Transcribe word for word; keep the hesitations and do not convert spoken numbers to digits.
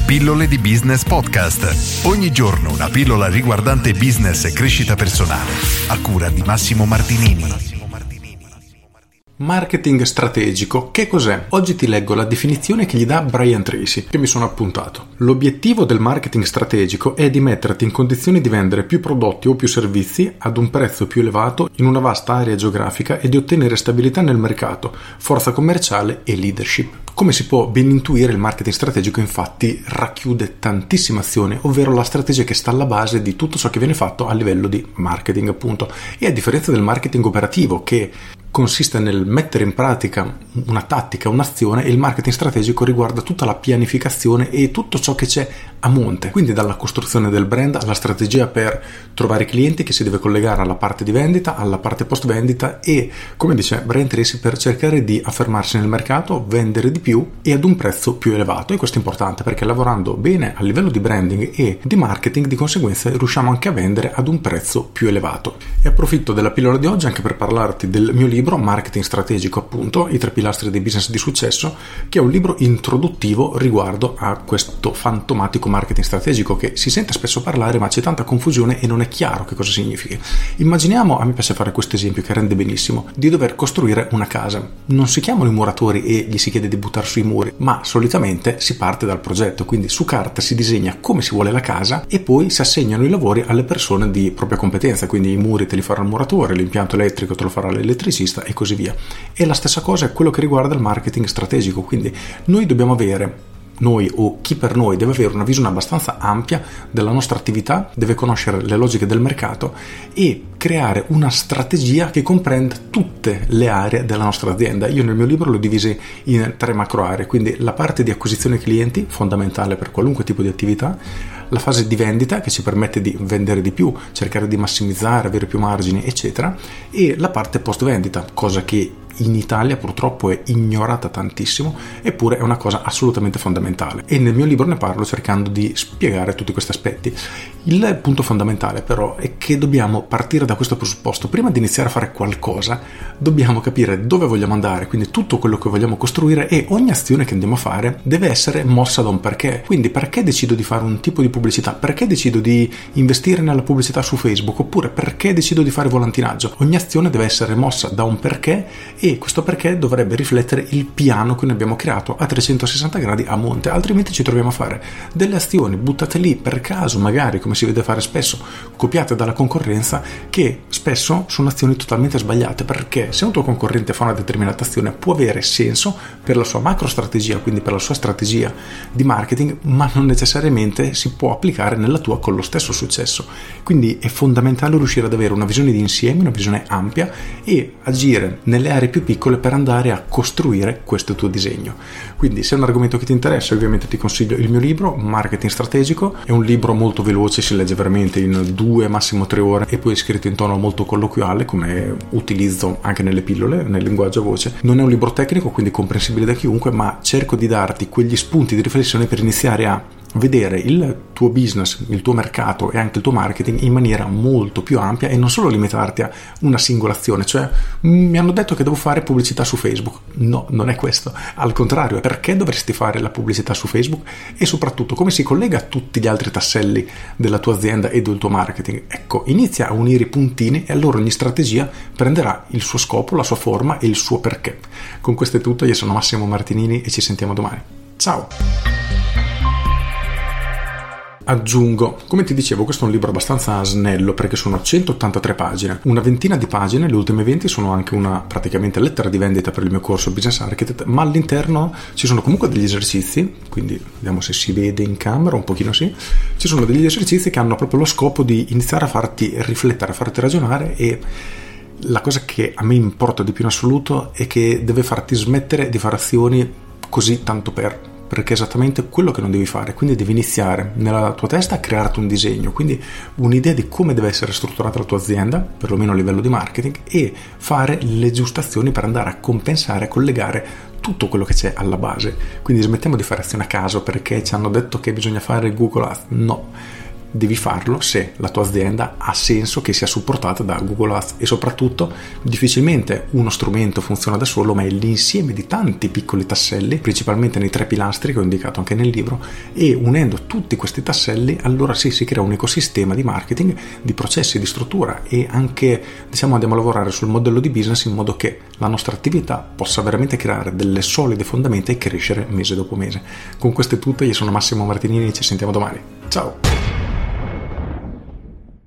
Pillole di Business Podcast. Ogni giorno una pillola riguardante business e crescita personale. A cura di Massimo Martinini. Marketing strategico, che cos'è? Oggi ti leggo la definizione che gli dà Brian Tracy, che mi sono appuntato. L'obiettivo del marketing strategico è di metterti in condizioni di vendere più prodotti o più servizi ad un prezzo più elevato in una vasta area geografica e di ottenere stabilità nel mercato, forza commerciale e leadership. Come si può ben intuire, il marketing strategico infatti racchiude tantissime azioni, ovvero la strategia che sta alla base di tutto ciò che viene fatto a livello di marketing, appunto. E a differenza del marketing operativo, che consiste nel mettere in pratica una tattica, un'azione, il marketing strategico riguarda tutta la pianificazione e tutto ciò che c'è a monte, quindi dalla costruzione del brand alla strategia per trovare clienti che si deve collegare alla parte di vendita, alla parte post vendita e, come dice Brian Tracy, per cercare di affermarsi nel mercato, vendere di più e ad un prezzo più elevato. E questo è importante perché lavorando bene a livello di branding e di marketing, di conseguenza riusciamo anche a vendere ad un prezzo più elevato. E approfitto della pillola di oggi anche per parlarti del mio libro Marketing strategico, appunto, i tre pilastri dei business di successo, che è un libro introduttivo riguardo a questo fantomatico marketing strategico che si sente spesso parlare, ma c'è tanta confusione e non è chiaro che cosa significhi. Immaginiamo, a me piace fare questo esempio che rende benissimo, di dover costruire una casa. Non si chiamano i muratori e gli si chiede di buttare sui muri, ma solitamente si parte dal progetto, quindi su carta si disegna come si vuole la casa e poi si assegnano i lavori alle persone di propria competenza, quindi i muri te li farà il muratore, l'impianto elettrico te lo farà l'elettricista e così via. E la stessa cosa è quello che riguarda il marketing strategico, quindi noi dobbiamo avere noi o chi per noi deve avere una visione abbastanza ampia della nostra attività, deve conoscere le logiche del mercato e creare una strategia che comprenda tutte le aree della nostra azienda. Io nel mio libro l'ho divisi in tre macro aree, quindi la parte di acquisizione clienti, fondamentale per qualunque tipo di attività, la fase di vendita che ci permette di vendere di più, cercare di massimizzare, avere più margini, eccetera, e la parte post vendita, cosa che in Italia purtroppo è ignorata tantissimo, eppure è una cosa assolutamente fondamentale. E nel mio libro ne parlo cercando di spiegare tutti questi aspetti. Il punto fondamentale però è che dobbiamo partire da questo presupposto. Prima di iniziare a fare qualcosa dobbiamo capire dove vogliamo andare, quindi tutto quello che vogliamo costruire, e ogni azione che andiamo a fare deve essere mossa da un perché. Quindi perché decido di fare un tipo di pubblicità? Perché decido di investire nella pubblicità su Facebook? Oppure perché decido di fare volantinaggio? Ogni azione deve essere mossa da un perché e questo perché dovrebbe riflettere il piano che noi abbiamo creato a trecentosessanta gradi a monte, altrimenti ci troviamo a fare delle azioni buttate lì per caso, magari come si vede fare spesso, copiate dalla concorrenza, che spesso sono azioni totalmente sbagliate, perché se un tuo concorrente fa una determinata azione può avere senso per la sua macro strategia, quindi per la sua strategia di marketing, ma non necessariamente si può applicare nella tua con lo stesso successo. Quindi è fondamentale riuscire ad avere una visione di insieme, una visione ampia e agire nelle aree più piccole per andare a costruire questo tuo disegno. Quindi se è un argomento che ti interessa, ovviamente ti consiglio il mio libro Marketing strategico. È un libro molto veloce, si legge veramente in due, massimo tre ore, e poi è scritto in tono molto colloquiale, come utilizzo anche nelle pillole, nel linguaggio a voce. Non è un libro tecnico, quindi comprensibile da chiunque, ma cerco di darti quegli spunti di riflessione per iniziare a vedere il tuo business, il tuo mercato e anche il tuo marketing in maniera molto più ampia e non solo limitarti a una singola azione. Cioè, mi hanno detto che devo fare pubblicità su Facebook. No, non è questo. Al contrario, perché dovresti fare la pubblicità su Facebook e soprattutto come si collega a tutti gli altri tasselli della tua azienda e del tuo marketing. Ecco, inizia a unire i puntini e allora ogni strategia prenderà il suo scopo, la sua forma e il suo perché. Con questo è tutto, io sono Massimo Martinini e ci sentiamo domani. Ciao! Aggiungo, come ti dicevo, questo è un libro abbastanza snello perché sono centottantatré pagine, una ventina di pagine, le ultime venti sono anche una praticamente lettera di vendita per il mio corso Business Architect, ma all'interno ci sono comunque degli esercizi, quindi vediamo se si vede in camera, un pochino sì, ci sono degli esercizi che hanno proprio lo scopo di iniziare a farti riflettere, a farti ragionare, e la cosa che a me importa di più in assoluto è che deve farti smettere di fare azioni così tanto per... perché è esattamente quello che non devi fare. Quindi devi iniziare nella tua testa a crearti un disegno, quindi un'idea di come deve essere strutturata la tua azienda, perlomeno a livello di marketing, e fare le giuste azioni per andare a compensare, a collegare tutto quello che c'è alla base. Quindi smettiamo di fare azioni a caso perché ci hanno detto che bisogna fare Google Ads. No, devi farlo se la tua azienda ha senso che sia supportata da Google Ads, e soprattutto difficilmente uno strumento funziona da solo, ma è l'insieme di tanti piccoli tasselli, principalmente nei tre pilastri che ho indicato anche nel libro, e unendo tutti questi tasselli allora sì, si crea un ecosistema di marketing, di processi, di struttura, e anche diciamo andiamo a lavorare sul modello di business in modo che la nostra attività possa veramente creare delle solide fondamenta e crescere mese dopo mese. Con questo è tutto, io sono Massimo Martinini e ci sentiamo domani. Ciao!